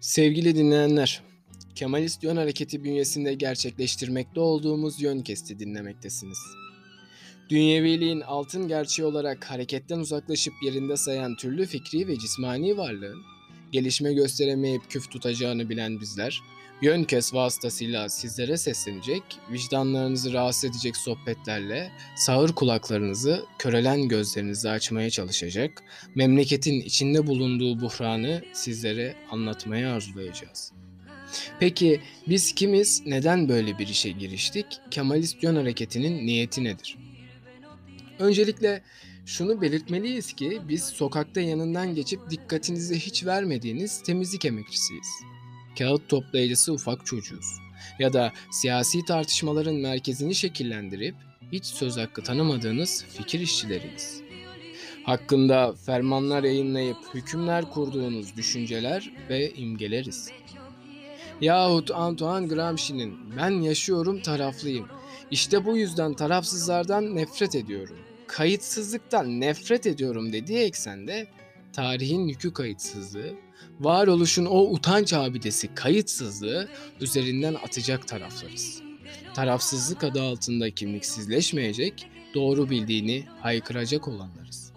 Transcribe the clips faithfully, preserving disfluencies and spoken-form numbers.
Sevgili dinleyenler, Kemalist Yön Hareketi bünyesinde gerçekleştirmekte olduğumuz Yön Kesti dinlemektesiniz. Dünyeviliğin altın gerçeği olarak hareketten uzaklaşıp yerinde sayan türlü fikri ve cismani varlığın, gelişme gösteremeyip küf tutacağını bilen bizler, Yön Kes vasıtasıyla sizlere seslenecek, vicdanlarınızı rahatsız edecek sohbetlerle sağır kulaklarınızı, körelen gözlerinizi açmaya çalışacak, memleketin içinde bulunduğu buhranı sizlere anlatmaya arzulayacağız. Peki biz kimiz, neden böyle bir işe giriştik? Kemalist Yön Hareketi'nin niyeti nedir? Öncelikle şunu belirtmeliyiz ki biz sokakta yanından geçip dikkatinizi hiç vermediğiniz temizlik emekçisiyiz. Kağıt toplayıcısı ufak çocuğuz. Ya da siyasi tartışmaların merkezini şekillendirip hiç söz hakkı tanımadığınız fikir işçileriyiz. Hakkında fermanlar yayınlayıp hükümler kurduğunuz düşünceler ve imgeleriz. Yahut Antoine Gramsci'nin "ben yaşıyorum taraflıyım. İşte bu yüzden tarafsızlardan nefret ediyorum. Kayıtsızlıktan nefret ediyorum" dediği eksende tarihin yükü kayıtsızlığı, varoluşun o utanç abidesi kayıtsızlığı üzerinden atacak taraflarız. Tarafsızlık adı altında kimliksizleşmeyecek, doğru bildiğini haykıracak olanlarız.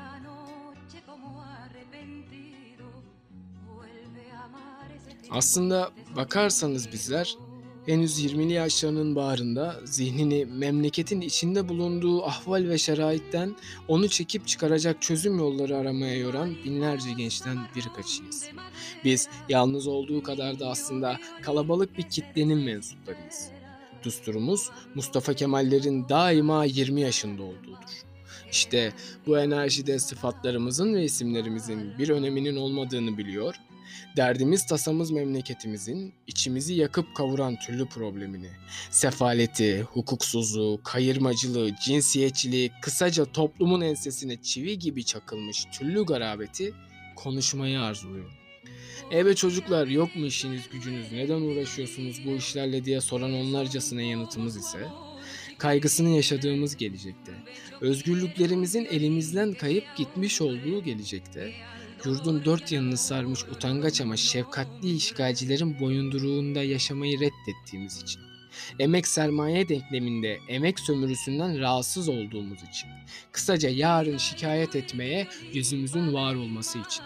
Aslında bakarsanız bizler henüz yirmili yaşlarının bağrında zihnini memleketin içinde bulunduğu ahval ve şeraitten onu çekip çıkaracak çözüm yolları aramaya yoran binlerce gençten birkaçıyız. Biz yalnız olduğu kadar da aslında kalabalık bir kitlenin mensuplarıyız. Düsturumuz Mustafa Kemallerin daima yirmi yaşında olduğudur. İşte bu enerjide sıfatlarımızın ve isimlerimizin bir öneminin olmadığını biliyor, derdimiz tasamız memleketimizin içimizi yakıp kavuran türlü problemini, sefaleti, hukuksuzluğu, kayırmacılığı, cinsiyetçiliği, kısaca toplumun ensesine çivi gibi çakılmış türlü garabeti konuşmayı arzuluyor. "Eve çocuklar, yok mu işiniz gücünüz, neden uğraşıyorsunuz bu işlerle" diye soran onlarcasına yanıtımız ise, kaygısını yaşadığımız gelecekte, özgürlüklerimizin elimizden kayıp gitmiş olduğu gelecekte, yurdun dört yanını sarmış utangaç ama şefkatli işgalcilerin boyunduruğunda yaşamayı reddettiğimiz için, emek sermaye denkleminde emek sömürüsünden rahatsız olduğumuz için, kısaca yarın şikayet etmeye yüzümüzün var olması için.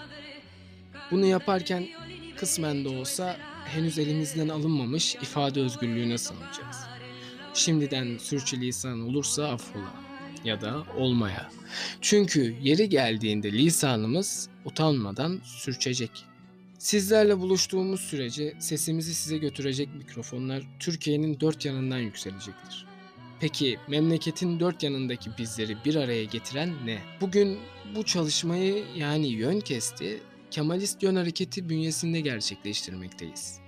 Bunu yaparken kısmen de olsa henüz elimizden alınmamış ifade özgürlüğüne sığınacağız. Şimdiden sürçülisan olursa affola ya da olmaya. Çünkü yeri geldiğinde lisanımız utanmadan sürçecek. Sizlerle buluştuğumuz sürece sesimizi size götürecek mikrofonlar Türkiye'nin dört yanından yükselecektir. Peki memleketin dört yanındaki bizleri bir araya getiren ne? Bugün bu çalışmayı, yani Yön Kesti, Kemalist Yön Hareketi bünyesinde gerçekleştirmekteyiz.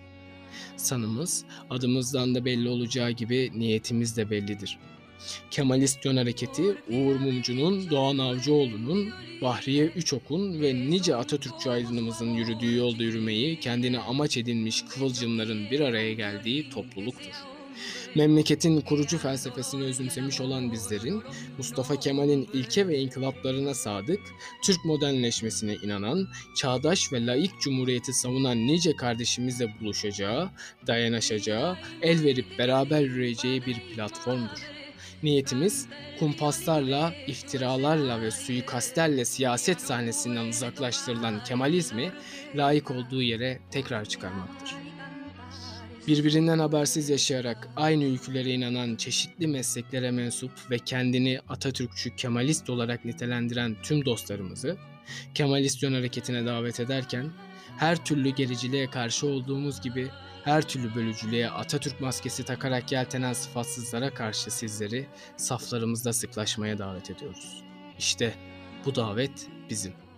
Sanımız, adımızdan da belli olacağı gibi niyetimiz de bellidir. Kemalist Yön Hareketi, Uğur Mumcu'nun, Doğan Avcıoğlu'nun, Bahriye Üçok'un ve nice Atatürkçü aydınımızın yürüdüğü yolda yürümeyi kendine amaç edinmiş kıvılcımların bir araya geldiği topluluktur. Memleketin kurucu felsefesini özümsemiş olan bizlerin, Mustafa Kemal'in ilke ve inkılaplarına sadık, Türk modernleşmesine inanan, çağdaş ve laik cumhuriyeti savunan nice kardeşimizle buluşacağı, dayanışacağı, el verip beraber yürüyeceği bir platformdur. Niyetimiz, kumpaslarla, iftiralarla ve suikastlerle siyaset sahnesinden uzaklaştırılan Kemalizmi layık olduğu yere tekrar çıkarmaktır. Birbirinden habersiz yaşayarak aynı ülkülere inanan çeşitli mesleklere mensup ve kendini Atatürkçü Kemalist olarak nitelendiren tüm dostlarımızı Kemalist Yön Hareketi'ne davet ederken, her türlü gericiliğe karşı olduğumuz gibi her türlü bölücülüğe Atatürk maskesi takarak yeltenen sıfatsızlara karşı sizleri saflarımızda sıklaşmaya davet ediyoruz. İşte bu davet bizim.